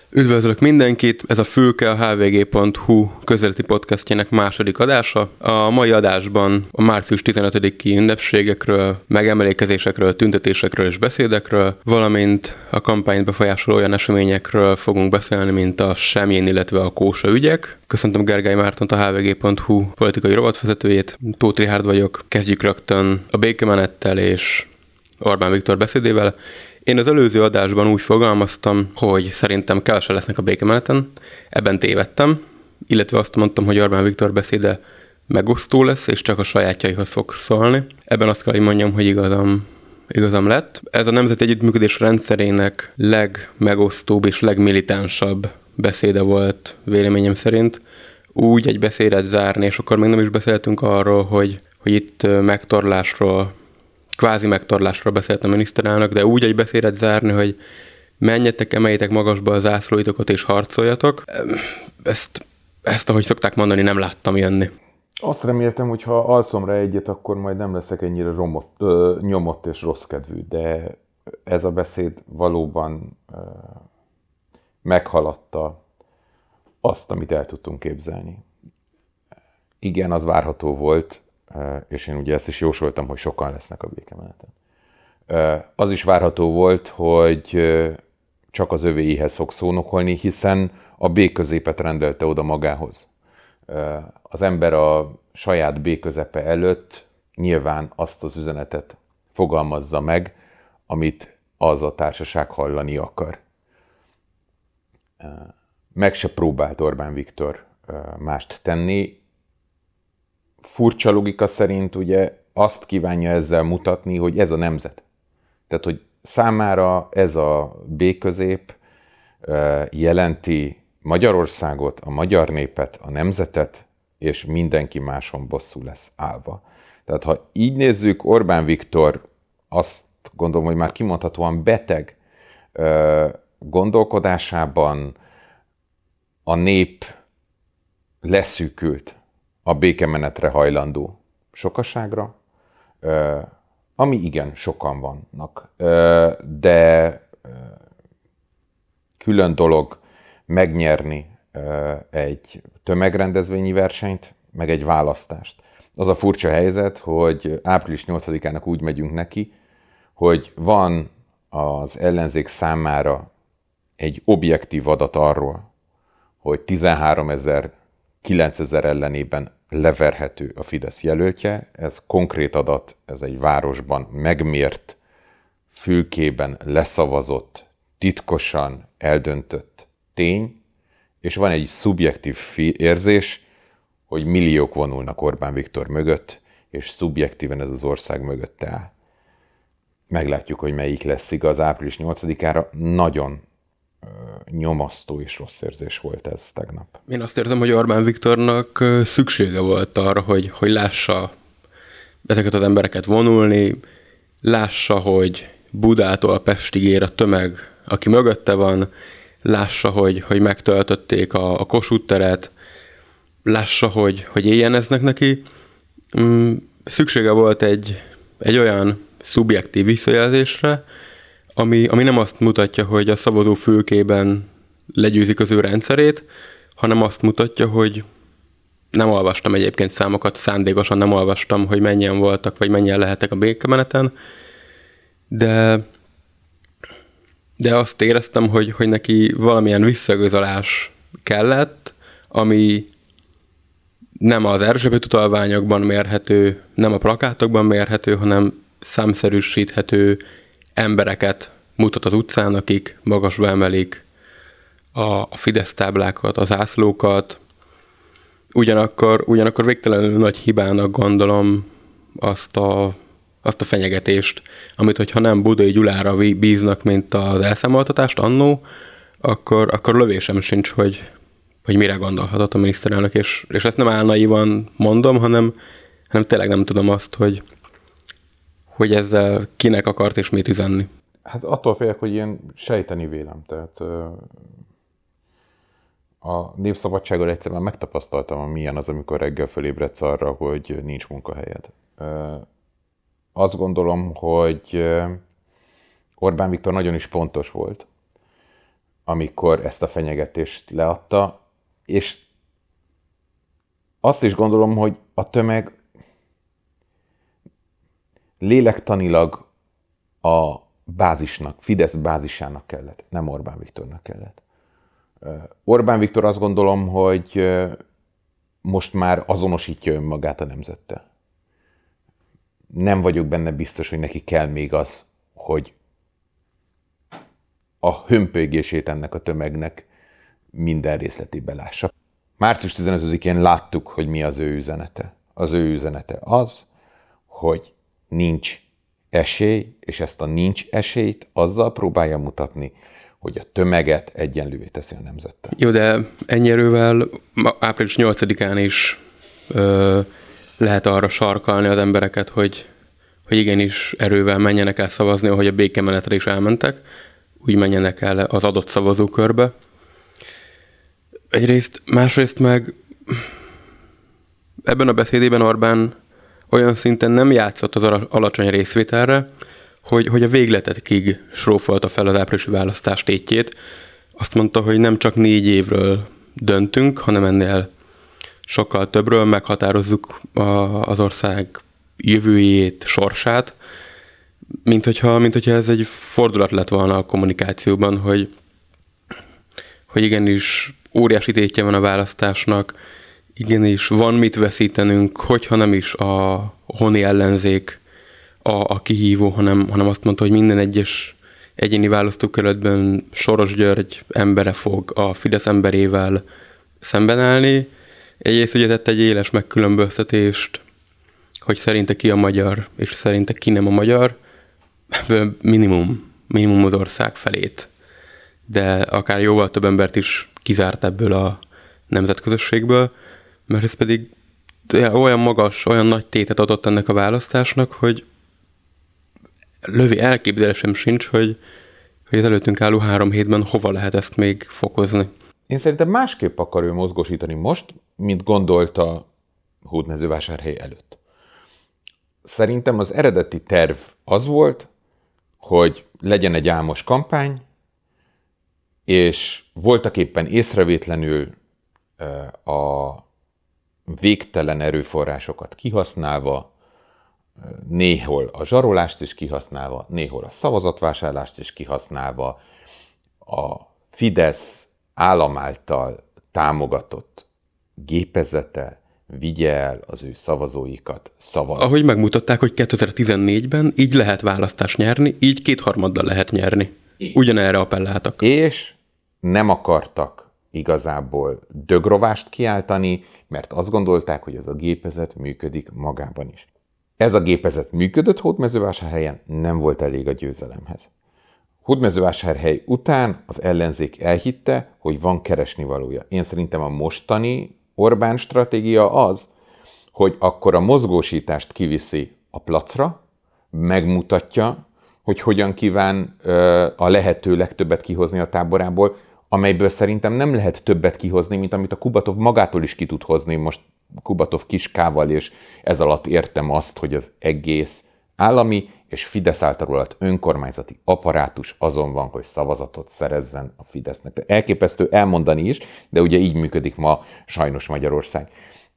Üdvözlök mindenkit, ez a Fülke, a hvg.hu közeleti podcastjának második adása. A mai adásban a március 15-i ünnepségekről, megemlékezésekről, tüntetésekről és beszédekről, valamint a kampányt befolyásoló olyan eseményekről fogunk beszélni, mint a Semjén, illetve a Kósa ügyek. Köszöntöm Gergely Mártont, a hvg.hu politikai rovatvezetőjét. Tóth Richárd vagyok. Kezdjük rögtön a békemenettel és Orbán Viktor beszédével. Én az előző adásban úgy fogalmaztam, hogy szerintem kevesen lesznek a békemeneten, ebben tévedtem, illetve azt mondtam, hogy Orbán Viktor beszéde megosztó lesz, és csak a sajátjaihoz fog szólni. Ebben azt kell, hogy mondjam, hogy igazam lett. Ez a nemzeti együttműködés rendszerének legmegosztóbb és legmilitánsabb beszéde volt véleményem szerint. Úgy egy beszédet zárni, és akkor még nem is beszéltünk arról, hogy itt kvázi megtorlásról beszélt a miniszterelnök, de úgy egy beszédet zárni, hogy menjetek, emeljétek magasba a zászlóitokat és harcoljatok. Ezt, ahogy szokták mondani, nem láttam jönni. Azt reméltem, hogy ha alszom rá egyet, akkor majd nem leszek ennyire nyomott és rossz kedvű, de ez a beszéd valóban meghaladta azt, amit el tudtunk képzelni. Igen, az várható volt, és én ugye ezt is jósoltam, hogy sokan lesznek a békemeneten. Az is várható volt, hogy csak az övéihez fog szónokolni, hiszen a B-középet rendelte oda magához. Az ember a saját B-közepe előtt nyilván azt az üzenetet fogalmazza meg, amit az a társaság hallani akar. Meg se próbált Orbán Viktor mást tenni. Furcsa logika szerint ugye azt kívánja ezzel mutatni, hogy ez a nemzet. Tehát, hogy számára ez a B-közép jelenti Magyarországot, a magyar népet, a nemzetet, és mindenki máson bosszú lesz állva. Tehát, ha így nézzük, Orbán Viktor azt gondolom, hogy már kimondhatóan beteg gondolkodásában a nép leszűkült a békemenetre hajlandó sokaságra, ami igen, sokan vannak, de külön dolog megnyerni egy tömegrendezvényi versenyt, meg egy választást. Az a furcsa helyzet, hogy április 8-ának úgy megyünk neki, hogy van az ellenzék számára egy objektív adat arról, hogy 13 000, 9 000 ellenében leverhető a Fidesz jelöltje. Ez konkrét adat, ez egy városban megmért, fülkében leszavazott, titkosan eldöntött tény, és van egy szubjektív érzés, hogy milliók vonulnak Orbán Viktor mögött, és szubjektíven ez az ország mögötte áll. Meglátjuk, hogy melyik lesz igaz. Április 8-ára nagyon nyomasztó és rossz érzés volt ez tegnap. Én azt érzem, hogy Orbán Viktornak szüksége volt arra, hogy lássa ezeket az embereket vonulni, lássa, hogy Budától Pestig ér a tömeg, aki mögötte van, lássa, hogy megtöltötték a Kossuth teret, lássa, hogy éjjeneznek neki. Szüksége volt egy olyan szubjektív visszajelzésre, ami nem azt mutatja, hogy a szavazó fülkében legyőzik az ő rendszerét, hanem azt mutatja, hogy nem olvastam egyébként számokat, szándékosan nem olvastam, hogy mennyien voltak, vagy mennyien lehetek a békemeneten, de azt éreztem, hogy neki valamilyen visszaigazolás kellett, ami nem az Erzsébet utalványokban mérhető, nem a plakátokban mérhető, hanem számszerűsíthető embereket mutat az utcán, akik magasba emelik a Fidesz táblákat, az zászlókat. Ugyanakkor végtelenül nagy hibának gondolom azt a fenyegetést, amit hogyha nem Budai Gyulára bíznak, mint az elszámoltatást annó, akkor lövésem sincs, hogy mire gondolhatott a miniszterelnök, és ezt nem álnaivan mondom, hanem tényleg nem tudom azt, hogy ezzel kinek akart és mit üzenni. Hát attól félek, hogy ilyen sejteni vélem. Tehát a Népszabadsággal egyszerűen megtapasztaltam, hogy milyen az, amikor reggel fölébredsz arra, hogy nincs munkahelyed. Azt gondolom, hogy Orbán Viktor nagyon is pontos volt amikor ezt a fenyegetést leadta, és azt is gondolom, hogy a tömeg lélektanilag a bázisnak, Fidesz bázisának kellett, nem Orbán Viktornak kellett. Orbán Viktor azt gondolom, hogy most már azonosítja önmagát a nemzettel. Nem vagyok benne biztos, hogy neki kell még az, hogy a hömpölygését ennek a tömegnek minden részletében lássa. Március 15-én láttuk, hogy mi az ő üzenete. Az ő üzenete az, hogy nincs esély, és ezt a nincs esélyt azzal próbálja mutatni, hogy a tömeget egyenlővé teszi a nemzettel. Jó, de ennyi erővel április 8-án is lehet arra sarkalni az embereket, hogy igenis erővel menjenek el szavazni, ahogy a békemenetre is elmentek, úgy menjenek el az adott szavazókörbe. Egyrészt, másrészt meg ebben a beszédében Orbán olyan szinten nem játszott az alacsony részvételre, hogy a végletekig srófolta fel az áprilisi választás tétjét. Azt mondta, hogy nem csak 4 évről döntünk, hanem ennél sokkal többről meghatározzuk az ország jövőjét, sorsát, mint hogyha ez egy fordulat lett volna a kommunikációban, hogy igenis óriási tétje van a választásnak, igenis van mit veszítenünk, hogyha nem is a honi ellenzék a kihívó, hanem azt mondta, hogy minden egyes egyéni választókerületben Soros György embere fog a Fidesz emberével szemben állni. Egyrészt ugye tett egy éles megkülönböztetést, hogy szerinte ki a magyar, és szerinte ki nem a magyar, minimum az ország felét. De akár jóval több embert is kizárt ebből a nemzetközösségből, mert ez pedig olyan magas, olyan nagy tétet adott ennek a választásnak, hogy elképzelésem sincs, hogy az előttünk álló 3 hétben hova lehet ezt még fokozni. Én szerintem másképp akar ő mozgósítani most, mint gondolta Hódmezővásárhely előtt. Szerintem az eredeti terv az volt, hogy legyen egy álmos kampány, és voltaképpen észrevétlenül a végtelen erőforrásokat kihasználva, néhol a zsarolást is kihasználva, néhol a szavazatvásárlást is kihasználva, a Fidesz állam által támogatott gépezete vigye el az ő szavazóikat szavazni. Ahogy megmutatták, hogy 2014-ben így lehet választást nyerni, így 2/3 lehet nyerni. Ugyanerre appelláltak. És nem akartak igazából dögrovást kiáltani, mert azt gondolták, hogy ez a gépezet működik magában is. Ez a gépezet működött Hódmezővásárhelyen, nem volt elég a győzelemhez. Hódmezővásárhely után az ellenzék elhitte, hogy van keresnivalója. Én szerintem a mostani Orbán stratégia az, hogy akkor a mozgósítást kiviszi a placra, megmutatja, hogy hogyan kíván a lehető legtöbbet kihozni a táborából, amelyből szerintem nem lehet többet kihozni, mint amit a Kubatov magától is ki tud hozni, most Kubatov kiskával, és ez alatt értem azt, hogy az egész állami és Fidesz által alatt önkormányzati apparátus azon van, hogy szavazatot szerezzen a Fidesznek. De elképesztő elmondani is, de ugye így működik ma sajnos Magyarország.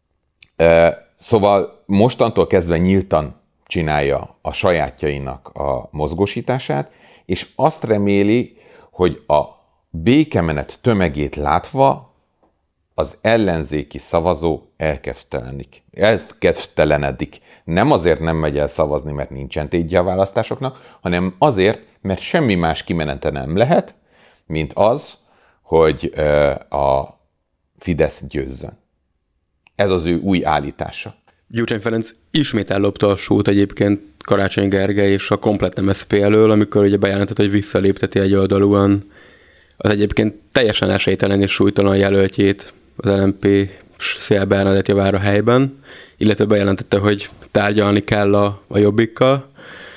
Szóval mostantól kezdve nyíltan csinálja a sajátjainak a mozgósítását, és azt reméli, hogy a békemenet tömegét látva az ellenzéki szavazó elkezdtelenedik. Nem azért nem megy el szavazni, mert nincsen tétje a választásoknak, hanem azért, mert semmi más kimenete nem lehet, mint az, hogy a Fidesz győzzön. Ez az ő új állítása. Gyurcsány Ferenc ismét ellopta a sót egyébként Karácsony Gergely és a komplett MSZP elől, amikor ugye bejelentett, hogy visszalépteti egyoldalúan az egyébként teljesen esélytelen és súlytalan jelöltjét, az LMP Széll Bernadett javára helyben, illetve bejelentette, hogy tárgyalni kell a Jobbikkal,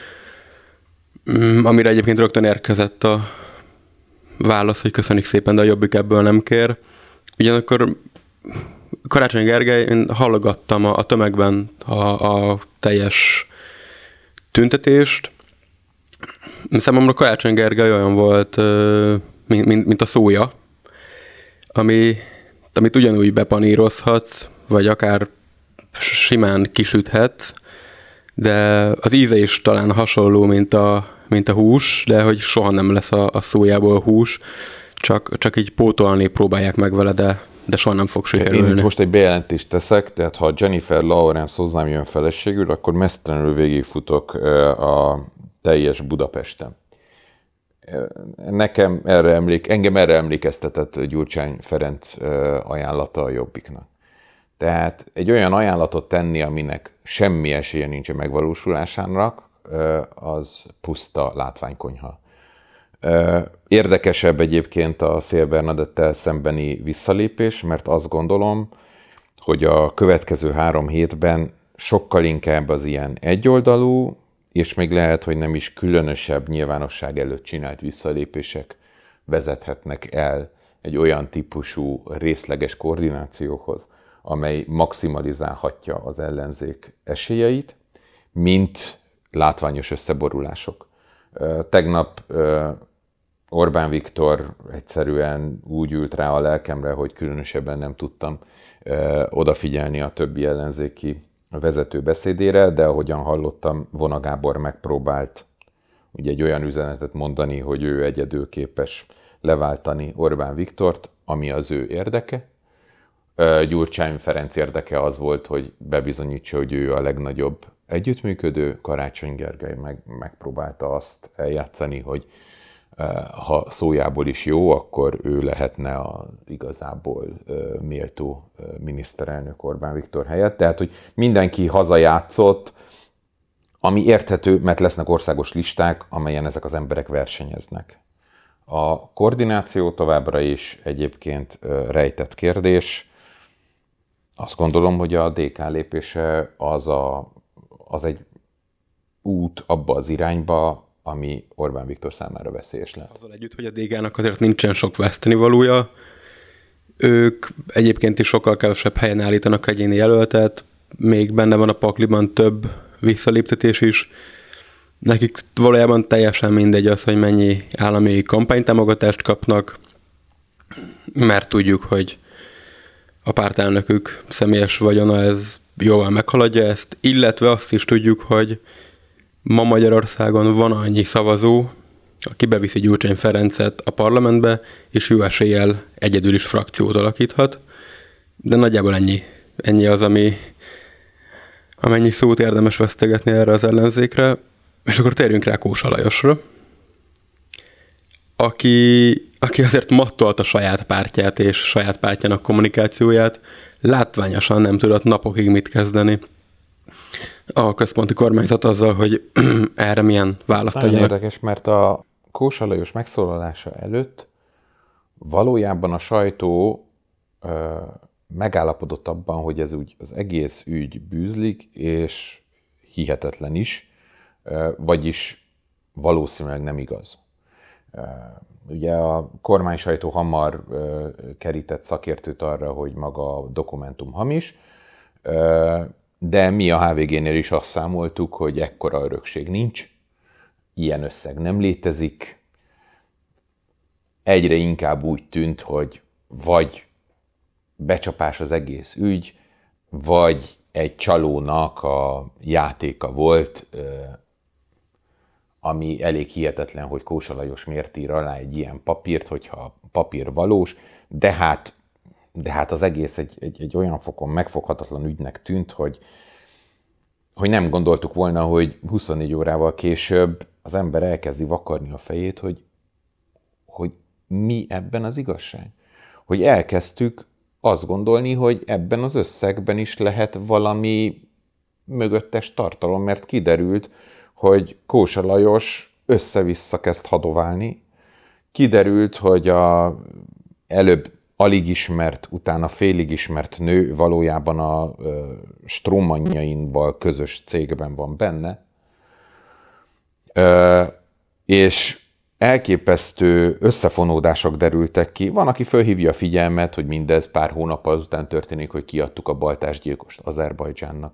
amire egyébként rögtön érkezett a válasz, hogy köszönjük szépen, de a Jobbik ebből nem kér. Ugyanakkor Karácsony Gergely, én hallgattam a tömegben a teljes tüntetést. Számomra Karácsony Gergely olyan volt, mint a szója, amit ugyanúgy bepanírozhatsz, vagy akár simán kisüthetsz, de az íze is talán hasonló, mint a hús, de hogy soha nem lesz a szójából hús, csak így pótolni próbálják meg vele, de soha nem fog sikerülni. Én most egy bejelentést teszek, tehát ha Jennifer Lawrence hozzám jön feleségül, akkor mesztelenül végigfutok a teljes Budapesten. Engem erre emlékeztetett Gyurcsány Ferenc ajánlata a Jobbiknak. Tehát egy olyan ajánlatot tenni, aminek semmi esélye nincs a megvalósulásának, az puszta látványkonyha. Érdekesebb egyébként a Széll Bernadettel szembeni visszalépés, mert azt gondolom, hogy a következő 3 hétben sokkal inkább az ilyen egyoldalú, és még lehet, hogy nem is különösebb nyilvánosság előtt csinált visszalépések vezethetnek el egy olyan típusú részleges koordinációhoz, amely maximalizálhatja az ellenzék esélyeit, mint látványos összeborulások. Tegnap Orbán Viktor egyszerűen úgy ült rá a lelkemre, hogy különösebben nem tudtam odafigyelni a többi ellenzéki vezető beszédére, de ahogyan hallottam, Vona Gábor megpróbált ugye egy olyan üzenetet mondani, hogy ő egyedül képes leváltani Orbán Viktort, ami az ő érdeke. Gyurcsány Ferenc érdeke az volt, hogy bebizonyítsa, hogy ő a legnagyobb együttműködő. Karácsony Gergely megpróbálta azt eljátszani, hogy ha szójából is jó, akkor ő lehetne az igazából méltó miniszterelnök Orbán Viktor helyett. Tehát, hogy mindenki hazajátszott, ami érthető, mert lesznek országos listák, amelyen ezek az emberek versenyeznek. A koordináció továbbra is egyébként rejtett kérdés. Azt gondolom, hogy a DK lépése az egy út abba az irányba, ami Orbán Viktor számára veszélyes lehet. Azzal együtt, hogy a DK-nak azért nincsen sok vesztenivalója, ők egyébként is sokkal kevesebb helyen állítanak egyéni jelöltet, még benne van a pakliban több visszaléptetés is. Nekik valójában teljesen mindegy az, hogy mennyi állami kampánytámogatást kapnak, mert tudjuk, hogy a pártelnökük személyes vagyona ez jóval meghaladja ezt, illetve azt is tudjuk, hogy ma Magyarországon van annyi szavazó, aki beviszi Gyurcsány Ferencet a parlamentbe, és jó eséllyel egyedül is frakciót alakíthat. De nagyjából ennyi az, amennyi szót érdemes vesztegetni erre az ellenzékre. És akkor térjünk rá Kósa Lajosra, aki azért mattolt a saját pártját és saját pártjának kommunikációját, látványosan nem tudott napokig mit kezdeni a központi kormányzat azzal, hogy erre milyen választ adjanak. Nagyon érdekes, mert a Kósa Lajos megszólalása előtt valójában a sajtó megállapodott abban, hogy ez úgy az egész ügy bűzlik, és hihetetlen is, vagyis valószínűleg nem igaz. Ugye a kormánysajtó hamar kerített szakértőt arra, hogy maga a dokumentum hamis, de mi a HVG-nél is azt számoltuk, hogy ekkora örökség nincs, ilyen összeg nem létezik. Egyre inkább úgy tűnt, hogy vagy becsapás az egész ügy, vagy egy csalónak a játéka volt, ami elég hihetetlen, hogy Kósa Lajos miért ír alá egy ilyen papírt, hogyha a papír valós, de hát az egész egy olyan fokon megfoghatatlan ügynek tűnt, hogy nem gondoltuk volna, hogy 24 órával később az ember elkezdi vakarni a fejét, hogy mi ebben az igazság. Hogy elkezdtük azt gondolni, hogy ebben az összegben is lehet valami mögöttes tartalom, mert kiderült, hogy Kósa Lajos össze-vissza kezd hadoválni. Kiderült, hogy előbb alig ismert, utána félig ismert nő valójában a Strómanjainval közös cégben van benne. És elképesztő összefonódások derültek ki. Van, aki fölhívja a figyelmet, hogy mindez pár hónappal azután történik, hogy kiadtuk a baltásgyilkost Azerbajdzsánnak.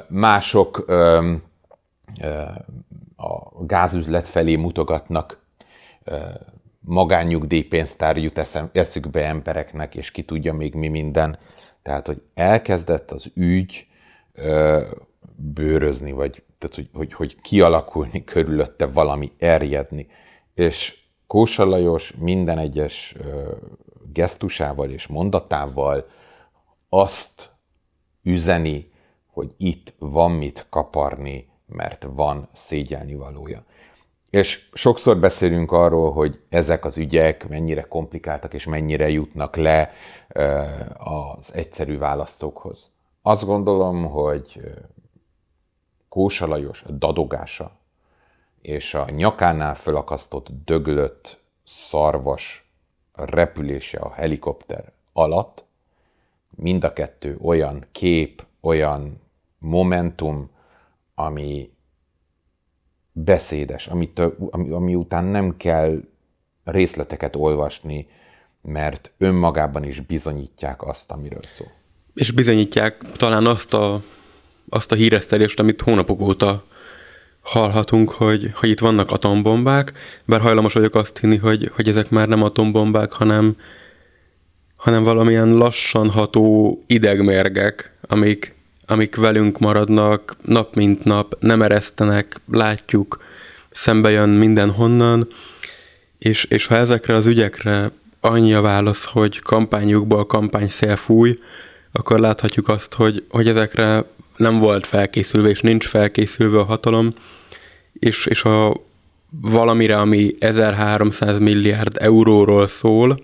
Mások a gázüzlet felé mutogatnak. magánnyugdíjpénztár jut eszükbe embereknek, és ki tudja még mi minden. Tehát, hogy elkezdett az ügy bőrözni, vagy tehát, hogy kialakulni körülötte valami, erjedni. És Kósa Lajos minden egyes gesztusával és mondatával azt üzeni, hogy itt van mit kaparni, mert van szégyelnivalója. És sokszor beszélünk arról, hogy ezek az ügyek mennyire komplikáltak, és mennyire jutnak le az egyszerű választókhoz. Azt gondolom, hogy Kósa Lajos dadogása és a nyakánál fölakasztott döglött szarvas repülése a helikopter alatt mind a kettő olyan kép, olyan momentum, ami beszédes, ami után nem kell részleteket olvasni, mert önmagában is bizonyítják azt, amiről szól. És bizonyítják talán azt a híresztelést, amit hónapok óta hallhatunk, hogy itt vannak atombombák, bár hajlamos vagyok azt hinni, hogy ezek már nem atombombák, hanem valamilyen lassan ható idegmérgek, amik velünk maradnak nap mint nap, nem eresztenek, látjuk, szembe jön mindenhonnan, és ha ezekre az ügyekre annyi a válasz, hogy kampányukba a kampányszél fúj, akkor láthatjuk azt, hogy ezekre nem volt felkészülve, és nincs felkészülve a hatalom, és ha valamire, ami 1300 milliárd euróról szól,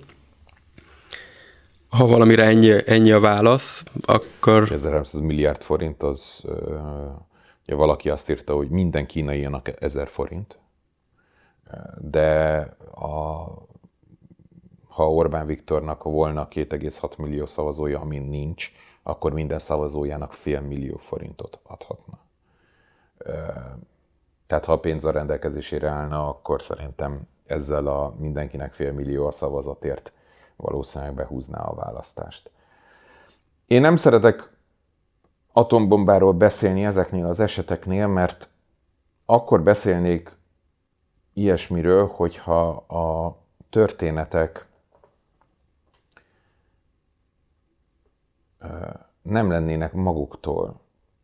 ha valamire ennyi a válasz, akkor... 1300 milliárd forint, az ugye valaki azt írta, hogy minden kínainak 1000 forint, de ha Orbán Viktornak volna 2,6 millió szavazója, amin nincs, akkor minden szavazójának $500 000 forintot adhatna. Tehát ha a pénz a rendelkezésére állna, akkor szerintem ezzel a mindenkinek $500 000 a szavazatért valószínűleg behúzná a választást. Én nem szeretek atombombáról beszélni ezeknél az eseteknél, mert akkor beszélnék ilyesmiről, hogyha a történetek nem lennének maguktól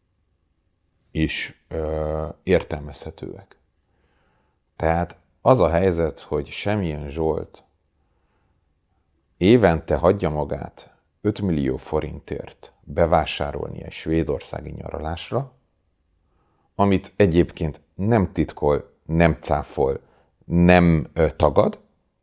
is értelmezhetőek. Tehát az a helyzet, hogy Semjén Zsolt évente hagyja magát 5 millió forintért bevásárolni egy svédországi nyaralásra, amit egyébként nem titkol, nem cáfol, nem tagad,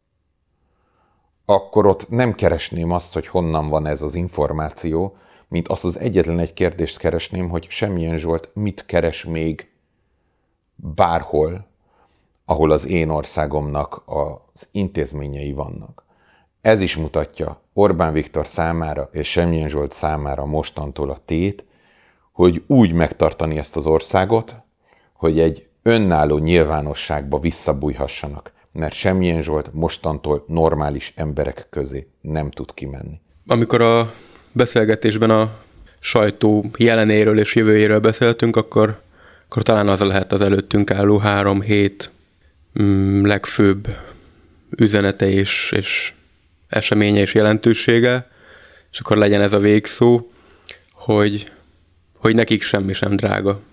akkor ott nem keresném azt, hogy honnan van ez az információ, mint azt az egyetlen egy kérdést keresném, hogy Semjén Zsolt mit keres még bárhol, ahol az én országomnak az intézményei vannak. Ez is mutatja Orbán Viktor számára és Semjén Zsolt számára mostantól a tét, hogy úgy megtartani ezt az országot, hogy egy önálló nyilvánosságba visszabújhassanak, mert Semjén Zsolt mostantól normális emberek közé nem tud kimenni. Amikor a beszélgetésben a sajtó jelenéről és jövőjéről beszéltünk, akkor talán az lehet az előttünk álló 3 hét legfőbb üzenete és eseménye és jelentősége, és akkor legyen ez a végszó, hogy nekik semmi sem drága.